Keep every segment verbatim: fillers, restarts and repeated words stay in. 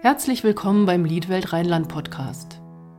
Herzlich willkommen beim Liedwelt Rheinland Podcast.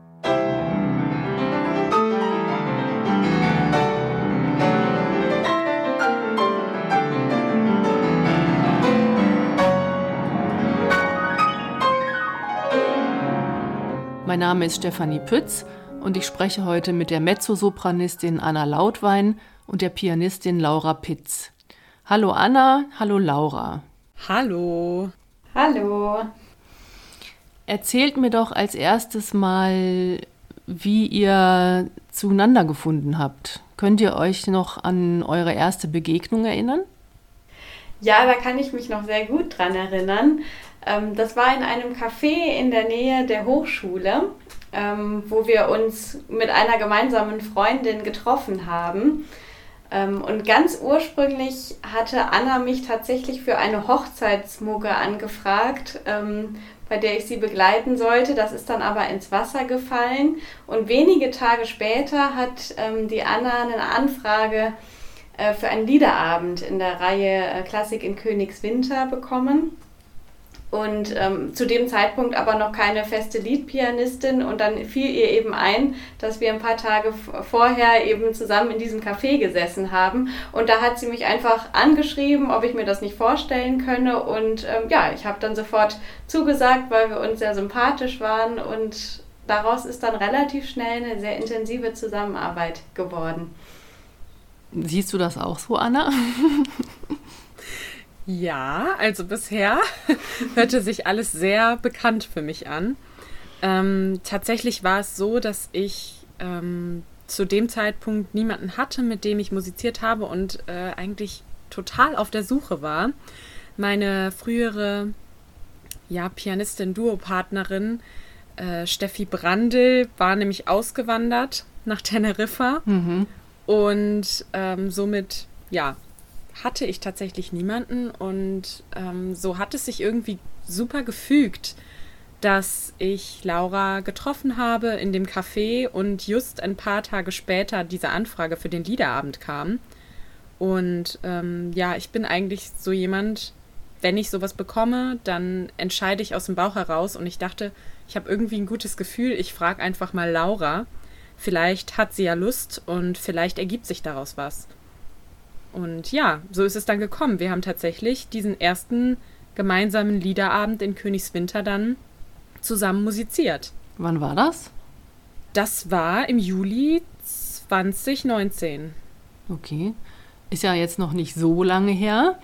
Mein Name ist Stefanie Pütz und ich spreche heute mit der Mezzosopranistin Anna Lautwein und der Pianistin Laura Pitz. Hallo Anna, hallo Laura. Hallo. Hallo. Erzählt mir doch als erstes mal, wie ihr zueinander gefunden habt. Könnt ihr euch noch an eure erste Begegnung erinnern? Ja, da kann ich mich noch sehr gut dran erinnern. Das war in einem Café in der Nähe der Hochschule, wo wir uns mit einer gemeinsamen Freundin getroffen haben. Und ganz ursprünglich hatte Anna mich tatsächlich für eine Hochzeitsmucke angefragt, bei der ich sie begleiten sollte. Das ist dann aber ins Wasser gefallen. Und wenige Tage später hat die Anna eine Anfrage für einen Liederabend in der Reihe Klassik in Königswinter bekommen. Und ähm, zu dem Zeitpunkt aber noch keine feste Liedpianistin, und dann fiel ihr eben ein, dass wir ein paar Tage vorher eben zusammen in diesem Café gesessen haben, und da hat sie mich einfach angeschrieben, ob ich mir das nicht vorstellen könne, und ähm, ja, ich habe dann sofort zugesagt, weil wir uns sehr sympathisch waren, und daraus ist dann relativ schnell eine sehr intensive Zusammenarbeit geworden. Siehst du das auch so, Anna? Ja, also bisher hörte sich alles sehr bekannt für mich an. Ähm, tatsächlich war es so, dass ich ähm, zu dem Zeitpunkt niemanden hatte, mit dem ich musiziert habe, und äh, eigentlich total auf der Suche war. Meine frühere ja, Pianistin-Duopartnerin äh, Steffi Brandl war nämlich ausgewandert nach Teneriffa, mhm. und ähm, somit, ja, hatte ich tatsächlich niemanden, und ähm, so hat es sich irgendwie super gefügt, dass ich Laura getroffen habe in dem Café und just ein paar Tage später diese Anfrage für den Liederabend kam. Und ähm, ja, ich bin eigentlich so jemand, wenn ich sowas bekomme, dann entscheide ich aus dem Bauch heraus, und ich dachte, ich habe irgendwie ein gutes Gefühl, ich frage einfach mal Laura, vielleicht hat sie ja Lust und vielleicht ergibt sich daraus was. Und ja, so ist es dann gekommen. Wir haben tatsächlich diesen ersten gemeinsamen Liederabend in Königswinter dann zusammen musiziert. Wann war das? Das war im Juli zwanzig neunzehn. Okay, ist ja jetzt noch nicht so lange her.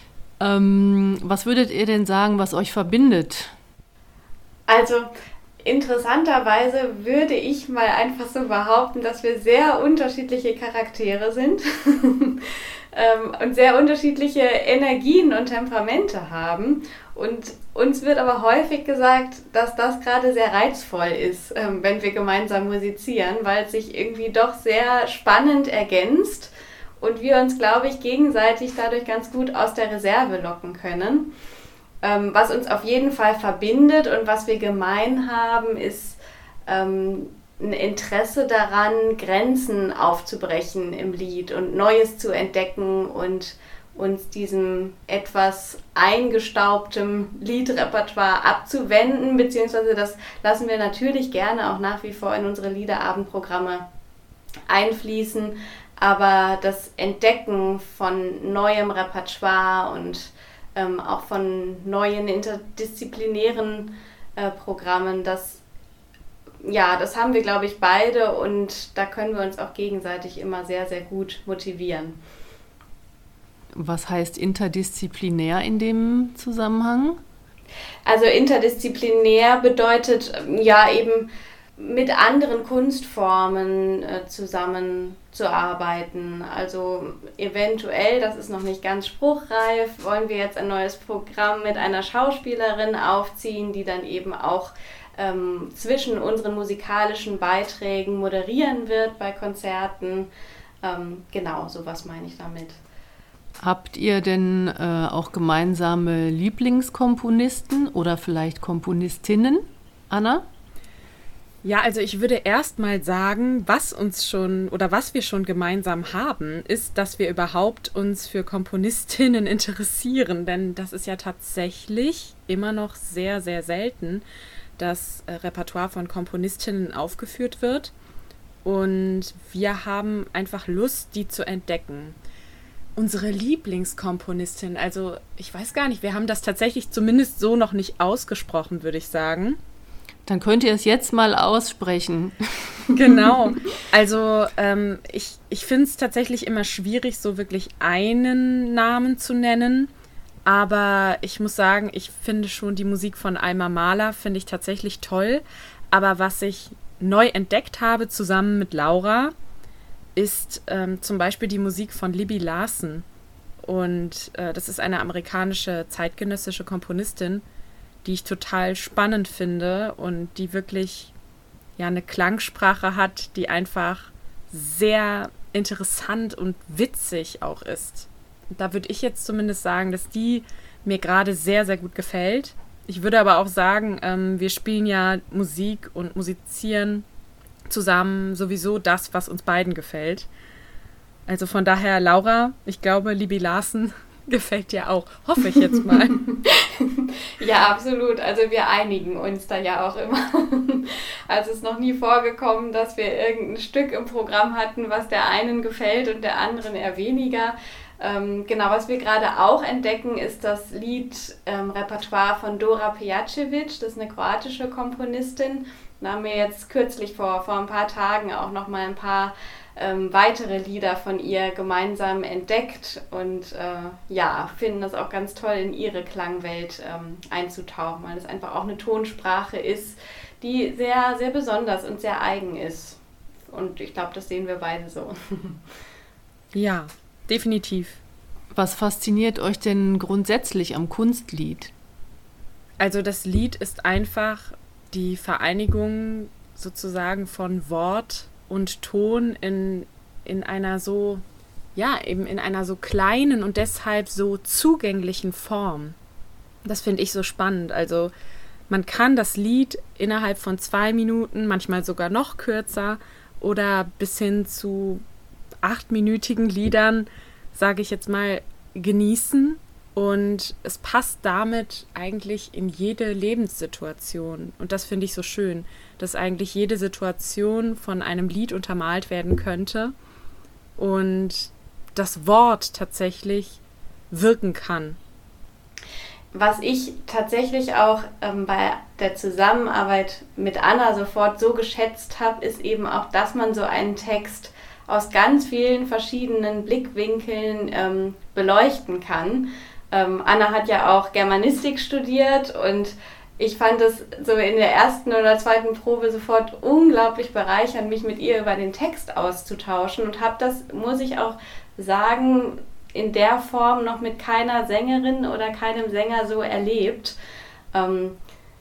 Ähm, was würdet ihr denn sagen, was euch verbindet? Also interessanterweise würde ich mal einfach so behaupten, dass wir sehr unterschiedliche Charaktere sind ähm, und sehr unterschiedliche Energien und Temperamente haben. Und uns wird aber häufig gesagt, dass das gerade sehr reizvoll ist, ähm, wenn wir gemeinsam musizieren, weil es sich irgendwie doch sehr spannend ergänzt und wir uns, glaube ich, gegenseitig dadurch ganz gut aus der Reserve locken können. Ähm, was uns auf jeden Fall verbindet und was wir gemein haben, ist ähm, ein Interesse daran, Grenzen aufzubrechen im Lied und Neues zu entdecken und uns diesem etwas eingestaubtem Liedrepertoire abzuwenden, beziehungsweise das lassen wir natürlich gerne auch nach wie vor in unsere Liederabendprogramme einfließen, aber das Entdecken von neuem Repertoire und Ähm, auch von neuen interdisziplinären äh, Programmen, das, ja, das haben wir, glaube ich, beide, und da können wir uns auch gegenseitig immer sehr, sehr gut motivieren. Was heißt interdisziplinär in dem Zusammenhang? Also interdisziplinär bedeutet ja eben mit anderen Kunstformen äh, zusammenzuarbeiten. Also eventuell, das ist noch nicht ganz spruchreif, wollen wir jetzt ein neues Programm mit einer Schauspielerin aufziehen, die dann eben auch ähm, zwischen unseren musikalischen Beiträgen moderieren wird bei Konzerten. Ähm, genau, sowas meine ich damit. Habt ihr denn äh, auch gemeinsame Lieblingskomponisten oder vielleicht Komponistinnen, Anna? Ja, also ich würde erst mal sagen, was uns schon oder was wir schon gemeinsam haben, ist, dass wir überhaupt uns für Komponistinnen interessieren, denn das ist ja tatsächlich immer noch sehr, sehr selten, dass äh, Repertoire von Komponistinnen aufgeführt wird und wir haben einfach Lust, die zu entdecken. Unsere Lieblingskomponistin, also ich weiß gar nicht, wir haben das tatsächlich zumindest so noch nicht ausgesprochen, würde ich sagen. Dann könnt ihr es jetzt mal aussprechen. Genau. Also ähm, ich, ich finde es tatsächlich immer schwierig, so wirklich einen Namen zu nennen. Aber ich muss sagen, ich finde schon die Musik von Alma Mahler finde ich tatsächlich toll. Aber was ich neu entdeckt habe zusammen mit Laura, ist ähm, zum Beispiel die Musik von Libby Larsen. Und äh, das ist eine amerikanische zeitgenössische Komponistin, die ich total spannend finde und die wirklich ja eine Klangsprache hat, die einfach sehr interessant und witzig auch ist. Da würde ich jetzt zumindest sagen, dass die mir gerade sehr, sehr gut gefällt. Ich würde aber auch sagen, ähm, wir spielen ja Musik und musizieren zusammen sowieso das, was uns beiden gefällt. Also von daher, Laura, ich glaube, Libby Larsen gefällt dir auch. Hoffe ich jetzt mal. Ja, absolut. Also wir einigen uns da ja auch immer. Also es ist noch nie vorgekommen, dass wir irgendein Stück im Programm hatten, was der einen gefällt und der anderen eher weniger. Ähm, genau, was wir gerade auch entdecken, ist das Lied ähm, Repertoire von Dora Pejacevic. Das ist eine kroatische Komponistin. Da haben wir jetzt kürzlich vor, vor ein paar Tagen auch noch mal ein paar Ähm, weitere Lieder von ihr gemeinsam entdeckt und äh, ja, finden das auch ganz toll, in ihre Klangwelt ähm, einzutauchen, weil es einfach auch eine Tonsprache ist, die sehr, sehr besonders und sehr eigen ist. Und ich glaube, das sehen wir beide so. Ja, definitiv. Was fasziniert euch denn grundsätzlich am Kunstlied? Also das Lied ist einfach die Vereinigung sozusagen von Wort und Ton in, in einer so, ja, eben in einer so kleinen und deshalb so zugänglichen Form. Das finde ich so spannend. Also man kann das Lied innerhalb von zwei Minuten, manchmal sogar noch kürzer oder bis hin zu achtminütigen Liedern, sage ich jetzt mal, genießen. Und es passt damit eigentlich in jede Lebenssituation. Und das finde ich so schön, dass eigentlich jede Situation von einem Lied untermalt werden könnte und das Wort tatsächlich wirken kann. Was ich tatsächlich auch ähm, bei der Zusammenarbeit mit Anna sofort so geschätzt habe, ist eben auch, dass man so einen Text aus ganz vielen verschiedenen Blickwinkeln ähm, beleuchten kann. Ähm, Anna hat ja auch Germanistik studiert und ich fand es so in der ersten oder zweiten Probe sofort unglaublich bereichernd, mich mit ihr über den Text auszutauschen und habe das, muss ich auch sagen, in der Form noch mit keiner Sängerin oder keinem Sänger so erlebt, ähm,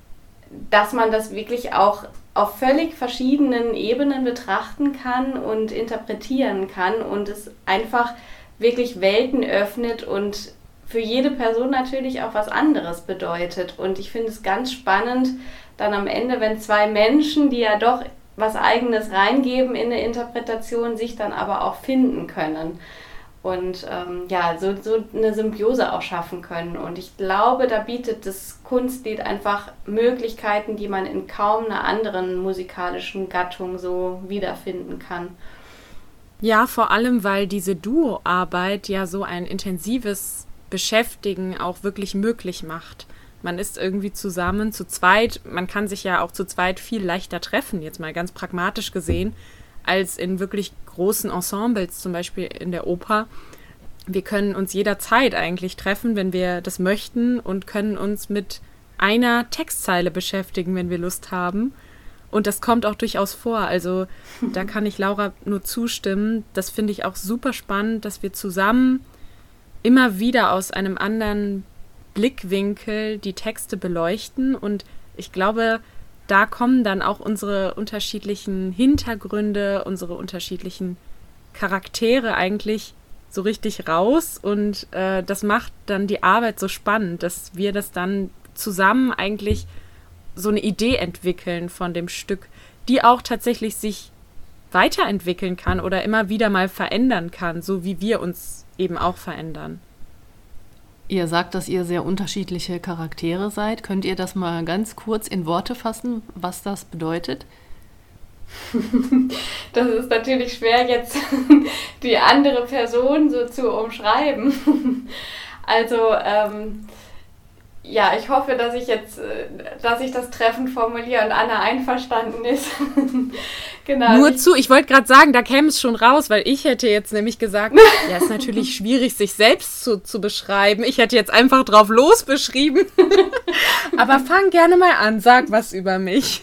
dass man das wirklich auch auf völlig verschiedenen Ebenen betrachten kann und interpretieren kann und es einfach wirklich Welten öffnet und für jede Person natürlich auch was anderes bedeutet. Und ich finde es ganz spannend, dann am Ende, wenn zwei Menschen, die ja doch was Eigenes reingeben in eine Interpretation, sich dann aber auch finden können. Und ähm, ja, so, so eine Symbiose auch schaffen können. Und ich glaube, da bietet das Kunstlied einfach Möglichkeiten, die man in kaum einer anderen musikalischen Gattung so wiederfinden kann. Ja, vor allem, weil diese Duoarbeit ja so ein intensives Beschäftigen auch wirklich möglich macht. Man ist irgendwie zusammen, zu zweit, man kann sich ja auch zu zweit viel leichter treffen, jetzt mal ganz pragmatisch gesehen, als in wirklich großen Ensembles, zum Beispiel in der Oper. Wir können uns jederzeit eigentlich treffen, wenn wir das möchten und können uns mit einer Textzeile beschäftigen, wenn wir Lust haben. Und das kommt auch durchaus vor. Also da kann ich Laura nur zustimmen. Das finde ich auch super spannend, dass wir zusammen immer wieder aus einem anderen Blickwinkel die Texte beleuchten. Und ich glaube, da kommen dann auch unsere unterschiedlichen Hintergründe, unsere unterschiedlichen Charaktere eigentlich so richtig raus. Und äh, das macht dann die Arbeit so spannend, dass wir das dann zusammen eigentlich so eine Idee entwickeln von dem Stück, die auch tatsächlich sich weiterentwickeln kann oder immer wieder mal verändern kann, so wie wir uns eben auch verändern. Ihr sagt, dass ihr sehr unterschiedliche Charaktere seid. Könnt ihr das mal ganz kurz in Worte fassen, was das bedeutet? Das ist natürlich schwer, jetzt die andere Person so zu umschreiben. Also, ähm, ja, ich hoffe, dass ich jetzt, dass ich das treffend formuliere und Anna einverstanden ist. Genau. Nur zu, ich wollte gerade sagen, da käme es schon raus, weil ich hätte jetzt nämlich gesagt, ja, ist natürlich schwierig, sich selbst zu, zu beschreiben. Ich hätte jetzt einfach drauf los beschrieben. Aber fang gerne mal an, sag was über mich.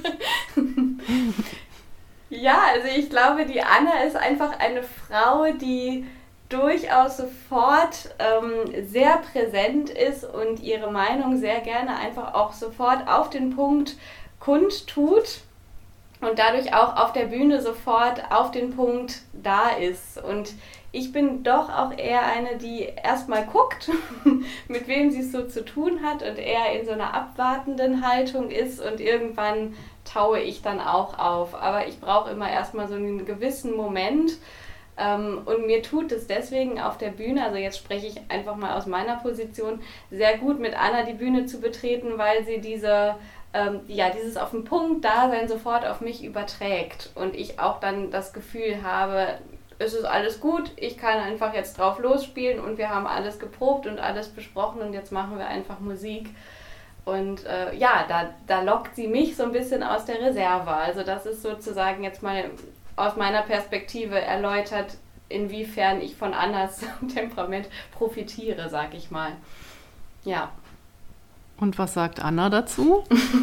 Ja, also ich glaube, die Anna ist einfach eine Frau, die durchaus sofort ähm, sehr präsent ist und ihre Meinung sehr gerne einfach auch sofort auf den Punkt kundtut und dadurch auch auf der Bühne sofort auf den Punkt da ist. Und ich bin doch auch eher eine, die erstmal guckt, mit wem sie es so zu tun hat und eher in so einer abwartenden Haltung ist und irgendwann taue ich dann auch auf. Aber ich brauche immer erstmal so einen gewissen Moment. Ähm, und mir tut es deswegen auf der Bühne, also jetzt spreche ich einfach mal aus meiner Position, sehr gut mit Anna die Bühne zu betreten, weil sie diese, ähm, ja, dieses auf den Punkt Dasein sofort auf mich überträgt und ich auch dann das Gefühl habe, es ist alles gut, ich kann einfach jetzt drauf losspielen und wir haben alles geprobt und alles besprochen und jetzt machen wir einfach Musik. Und äh, ja, da, da lockt sie mich so ein bisschen aus der Reserve. Also das ist sozusagen jetzt mal aus meiner Perspektive erläutert, inwiefern ich von Annas Temperament profitiere, sag ich mal. Ja. Und was sagt Anna dazu?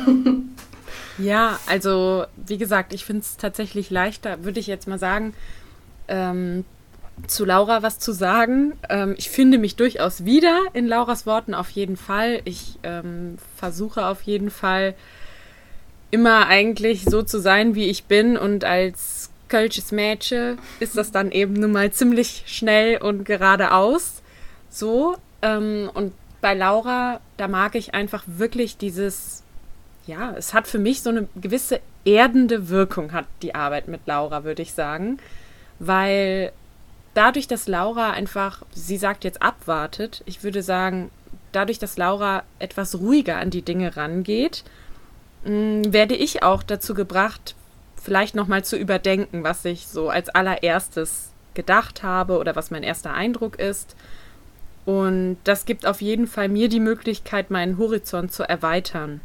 Ja, also wie gesagt, ich finde es tatsächlich leichter, würde ich jetzt mal sagen, ähm, zu Laura was zu sagen. Ähm, ich finde mich durchaus wieder in Lauras Worten auf jeden Fall. Ich ähm, versuche auf jeden Fall immer eigentlich so zu sein, wie ich bin und als kölsches Mädchen ist das dann eben nun mal ziemlich schnell und geradeaus so. Ähm, und bei Laura, da mag ich einfach wirklich dieses, ja, es hat für mich so eine gewisse erdende Wirkung, hat die Arbeit mit Laura, würde ich sagen. Weil dadurch, dass Laura einfach, sie sagt jetzt abwartet, ich würde sagen, dadurch, dass Laura etwas ruhiger an die Dinge rangeht, mh, werde ich auch dazu gebracht, vielleicht nochmal zu überdenken, was ich so als allererstes gedacht habe oder was mein erster Eindruck ist. Und das gibt auf jeden Fall mir die Möglichkeit, meinen Horizont zu erweitern.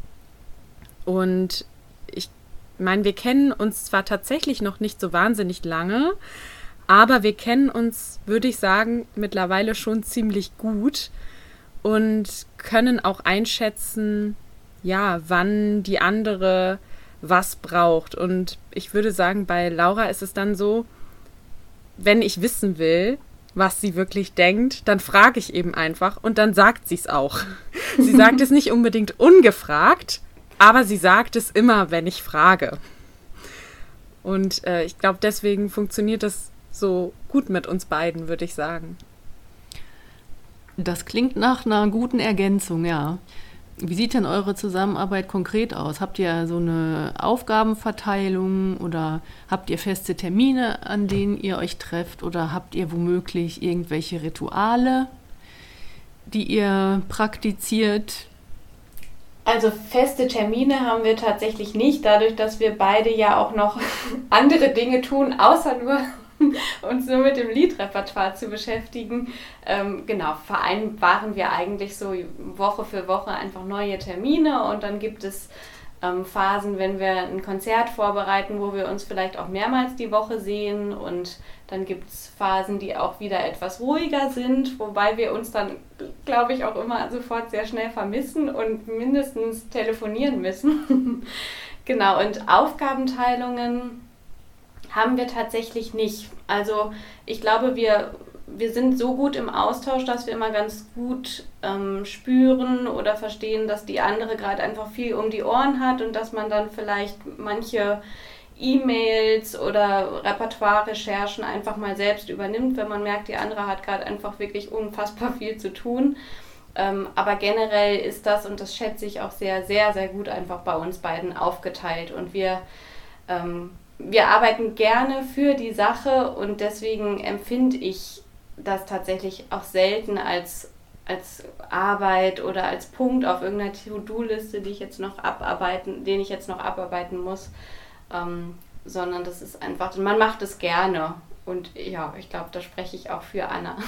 Und ich meine, wir kennen uns zwar tatsächlich noch nicht so wahnsinnig lange, aber wir kennen uns, würde ich sagen, mittlerweile schon ziemlich gut und können auch einschätzen, ja, wann die andere was braucht. Und ich würde sagen, bei Laura ist es dann so, wenn ich wissen will, was sie wirklich denkt, dann frage ich eben einfach und dann sagt sie es auch. Sie sagt es nicht unbedingt ungefragt, aber sie sagt es immer, wenn ich frage. Und äh, ich glaube, deswegen funktioniert das so gut mit uns beiden, würde ich sagen. Das klingt nach einer guten Ergänzung, ja. Wie sieht denn eure Zusammenarbeit konkret aus? Habt ihr so eine Aufgabenverteilung oder habt ihr feste Termine, an denen ihr euch trefft oder habt ihr womöglich irgendwelche Rituale, die ihr praktiziert? Also feste Termine haben wir tatsächlich nicht, dadurch, dass wir beide ja auch noch andere Dinge tun, außer nur uns nur mit dem Liedrepertoire zu beschäftigen. Ähm, genau, vereinbaren wir eigentlich so Woche für Woche einfach neue Termine und dann gibt es ähm, Phasen, wenn wir ein Konzert vorbereiten, wo wir uns vielleicht auch mehrmals die Woche sehen und dann gibt es Phasen, die auch wieder etwas ruhiger sind, wobei wir uns dann, glaube ich, auch immer sofort sehr schnell vermissen und mindestens telefonieren müssen. Genau, und Aufgabenteilungen haben wir tatsächlich nicht. Also ich glaube, wir, wir sind so gut im Austausch, dass wir immer ganz gut ähm, spüren oder verstehen, dass die andere gerade einfach viel um die Ohren hat und dass man dann vielleicht manche E-Mails oder Repertoire-Recherchen einfach mal selbst übernimmt, wenn man merkt, die andere hat gerade einfach wirklich unfassbar viel zu tun. Ähm, aber generell ist das, und das schätze ich auch sehr, sehr, sehr gut einfach bei uns beiden aufgeteilt und wir ähm, wir arbeiten gerne für die Sache und deswegen empfinde ich das tatsächlich auch selten als, als Arbeit oder als Punkt auf irgendeiner To-Do-Liste, die ich jetzt noch abarbeiten, den ich jetzt noch abarbeiten muss, ähm, sondern das ist einfach, man macht es gerne und ja, ich glaube, da spreche ich auch für Anna.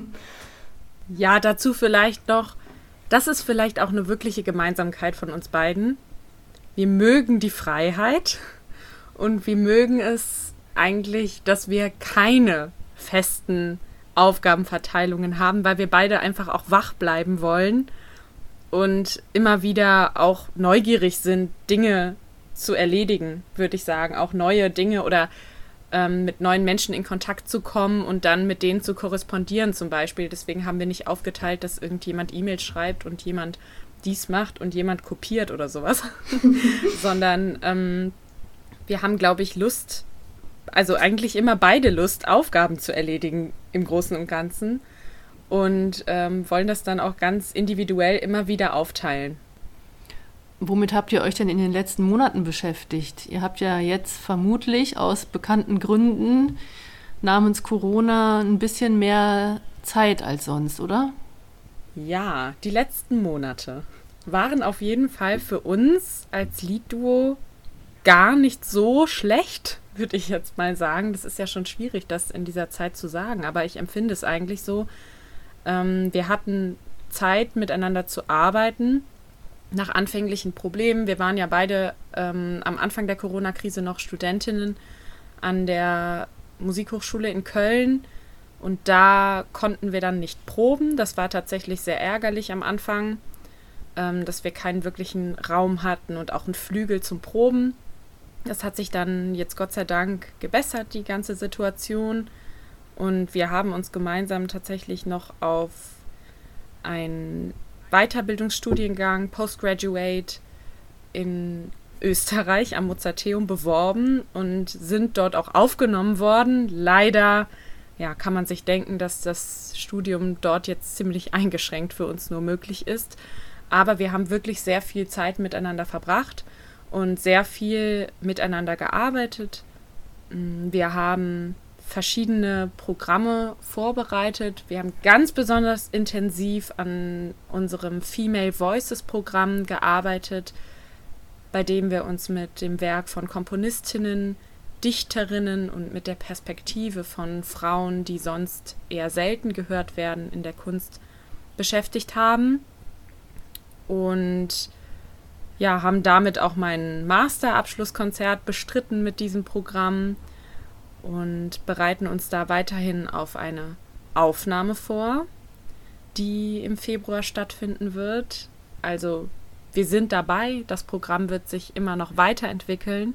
Ja, dazu vielleicht noch, das ist vielleicht auch eine wirkliche Gemeinsamkeit von uns beiden. Wir mögen die Freiheit und wir mögen es eigentlich, dass wir keine festen Aufgabenverteilungen haben, weil wir beide einfach auch wach bleiben wollen und immer wieder auch neugierig sind, Dinge zu erledigen, würde ich sagen. Auch neue Dinge oder ähm, mit neuen Menschen in Kontakt zu kommen und dann mit denen zu korrespondieren zum Beispiel. Deswegen haben wir nicht aufgeteilt, dass irgendjemand E-Mails schreibt und jemand dies macht und jemand kopiert oder sowas, sondern ähm, wir haben, glaube ich, Lust, also eigentlich immer beide Lust, Aufgaben zu erledigen im Großen und Ganzen und ähm, wollen das dann auch ganz individuell immer wieder aufteilen. Womit habt ihr euch denn in den letzten Monaten beschäftigt? Ihr habt ja jetzt vermutlich aus bekannten Gründen namens Corona ein bisschen mehr Zeit als sonst, oder? Ja, die letzten Monate waren auf jeden Fall für uns als Liedduo gar nicht so schlecht, würde ich jetzt mal sagen. Das ist ja schon schwierig, das in dieser Zeit zu sagen, aber ich empfinde es eigentlich so. Ähm, wir hatten Zeit, miteinander zu arbeiten, nach anfänglichen Problemen. Wir waren ja beide ähm, am Anfang der Corona-Krise noch Studentinnen an der Musikhochschule in Köln und da konnten wir dann nicht proben. Das war tatsächlich sehr ärgerlich am Anfang, ähm, dass wir keinen wirklichen Raum hatten und auch einen Flügel zum Proben. Das hat sich dann jetzt Gott sei Dank gebessert, die ganze Situation. Und wir haben uns gemeinsam tatsächlich noch auf einen Weiterbildungsstudiengang Postgraduate in Österreich am Mozarteum beworben und sind dort auch aufgenommen worden. Leider ja, kann man sich denken, dass das Studium dort jetzt ziemlich eingeschränkt für uns nur möglich ist. Aber wir haben wirklich sehr viel Zeit miteinander verbracht und sehr viel miteinander gearbeitet. Wir haben verschiedene Programme vorbereitet. Wir haben ganz besonders intensiv an unserem Female Voices Programm gearbeitet, bei dem wir uns mit dem Werk von Komponistinnen, Dichterinnen und mit der Perspektive von Frauen, die sonst eher selten gehört werden in der Kunst, beschäftigt haben. Und ja, haben damit auch mein Masterabschlusskonzert bestritten mit diesem Programm und bereiten uns da weiterhin auf eine Aufnahme vor, die im Februar stattfinden wird. Also wir sind dabei, das Programm wird sich immer noch weiterentwickeln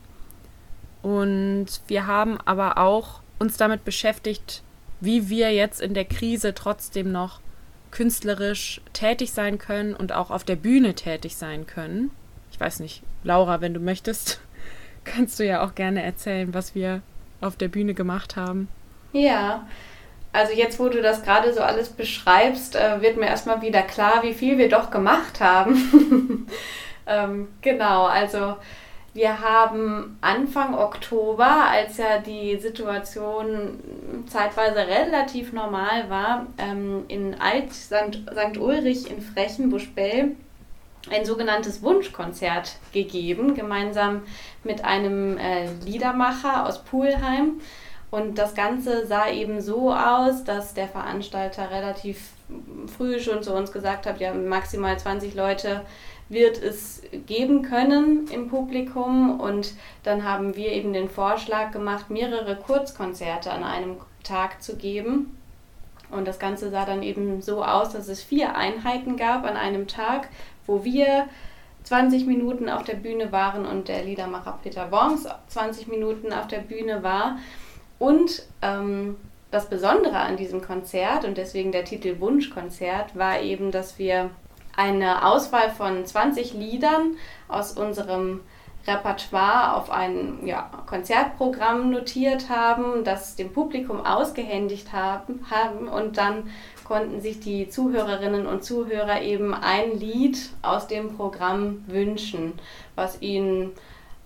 und wir haben aber auch uns damit beschäftigt, wie wir jetzt in der Krise trotzdem noch künstlerisch tätig sein können und auch auf der Bühne tätig sein können. Ich weiß nicht, Laura, wenn du möchtest, kannst du ja auch gerne erzählen, was wir auf der Bühne gemacht haben. Ja, also jetzt, wo du das gerade so alles beschreibst, äh, wird mir erstmal wieder klar, wie viel wir doch gemacht haben. ähm, genau, also wir haben Anfang Oktober, als ja die Situation zeitweise relativ normal war, ähm, in Alt-Sankt Ulrich in Frechen-Buschbell ein sogenanntes Wunschkonzert gegeben, gemeinsam mit einem äh, Liedermacher aus Pulheim. Und das Ganze sah eben so aus, dass der Veranstalter relativ früh schon zu uns gesagt hat, ja, maximal zwanzig Leute wird es geben können im Publikum. Und dann haben wir eben den Vorschlag gemacht, mehrere Kurzkonzerte an einem Tag zu geben. Und das Ganze sah dann eben so aus, dass es vier Einheiten gab an einem Tag, wo wir zwanzig Minuten auf der Bühne waren und der Liedermacher Peter Worms zwanzig Minuten auf der Bühne war. Und ähm, das Besondere an diesem Konzert und deswegen der Titel Wunschkonzert war eben, dass wir eine Auswahl von zwanzig Liedern aus unserem Repertoire auf ein ja, Konzertprogramm notiert haben, das dem Publikum ausgehändigt haben, haben und dann konnten sich die Zuhörerinnen und Zuhörer eben ein Lied aus dem Programm wünschen, was ihnen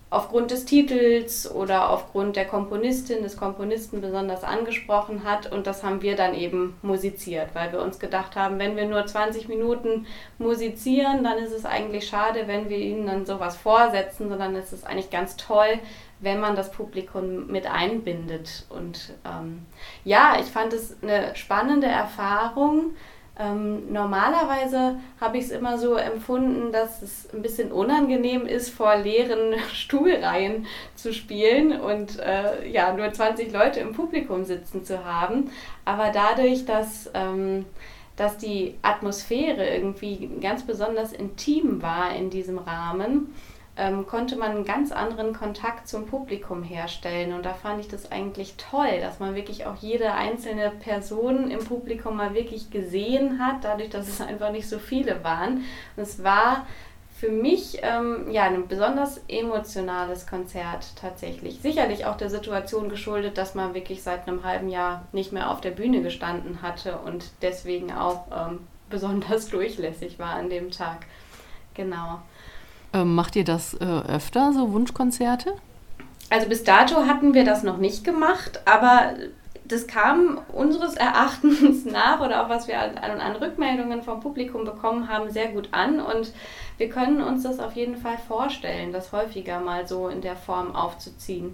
aufgrund des Titels oder aufgrund der Komponistin, des Komponisten besonders angesprochen hat. Und das haben wir dann eben musiziert, weil wir uns gedacht haben, wenn wir nur zwanzig Minuten musizieren, dann ist es eigentlich schade, wenn wir ihnen dann sowas vorsetzen, sondern es ist eigentlich ganz toll, wenn man das Publikum mit einbindet. Und ähm, ja, ich fand es eine spannende Erfahrung. Ähm, normalerweise habe ich es immer so empfunden, dass es ein bisschen unangenehm ist, vor leeren Stuhlreihen zu spielen und äh, ja, nur zwanzig Leute im Publikum sitzen zu haben. Aber dadurch, dass, ähm, dass die Atmosphäre irgendwie ganz besonders intim war in diesem Rahmen, ähm, konnte man einen ganz anderen Kontakt zum Publikum herstellen. Und da fand ich das eigentlich toll, dass man wirklich auch jede einzelne Person im Publikum mal wirklich gesehen hat, dadurch, dass es einfach nicht so viele waren. Und es war für mich ähm, ja, ein besonders emotionales Konzert tatsächlich. Sicherlich auch der Situation geschuldet, dass man wirklich seit einem halben Jahr nicht mehr auf der Bühne gestanden hatte und deswegen auch ähm, besonders durchlässig war an dem Tag. Genau. Ähm, macht ihr das äh, öfter, so Wunschkonzerte? Also bis dato hatten wir das noch nicht gemacht, aber das kam unseres Erachtens nach oder auch was wir an, an Rückmeldungen vom Publikum bekommen haben, sehr gut an und wir können uns das auf jeden Fall vorstellen, das häufiger mal so in der Form aufzuziehen.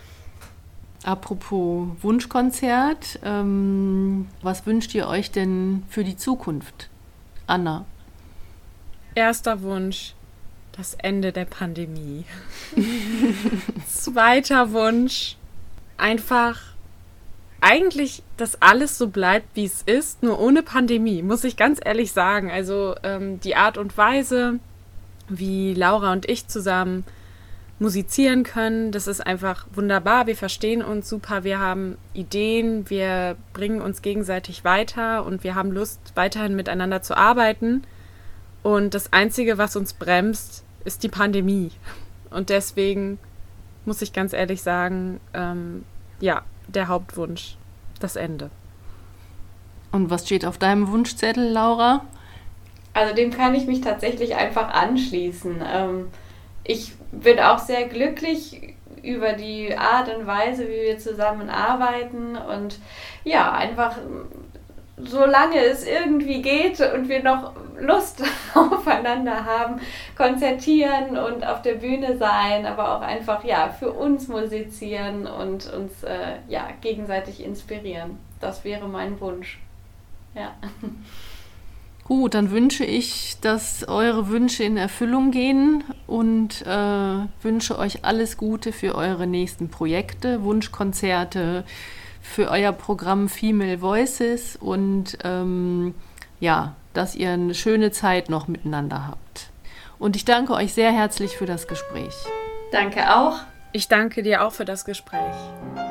Apropos Wunschkonzert, ähm, was wünscht ihr euch denn für die Zukunft? Anna? Erster Wunsch. Das Ende der Pandemie. Zweiter Wunsch, einfach eigentlich, dass alles so bleibt, wie es ist, nur ohne Pandemie, muss ich ganz ehrlich sagen. Also ähm, die Art und Weise, wie Laura und ich zusammen musizieren können, das ist einfach wunderbar. Wir verstehen uns super, wir haben Ideen, wir bringen uns gegenseitig weiter und wir haben Lust, weiterhin miteinander zu arbeiten. Und das Einzige, was uns bremst, ist die Pandemie. Und deswegen muss ich ganz ehrlich sagen, ähm, ja, der Hauptwunsch, das Ende. Und was steht auf deinem Wunschzettel, Laura? Also dem kann ich mich tatsächlich einfach anschließen. Ähm, ich bin auch sehr glücklich über die Art und Weise, wie wir zusammenarbeiten und ja, einfach solange es irgendwie geht und wir noch Lust aufeinander haben, konzertieren und auf der Bühne sein, aber auch einfach ja für uns musizieren und uns äh, ja gegenseitig inspirieren. Das wäre mein Wunsch. Ja. Gut, dann wünsche ich, dass eure Wünsche in Erfüllung gehen und äh, wünsche euch alles Gute für eure nächsten Projekte, Wunschkonzerte, für euer Programm Female Voices und ähm, ja, dass ihr eine schöne Zeit noch miteinander habt. Und ich danke euch sehr herzlich für das Gespräch. Danke auch. Ich danke dir auch für das Gespräch.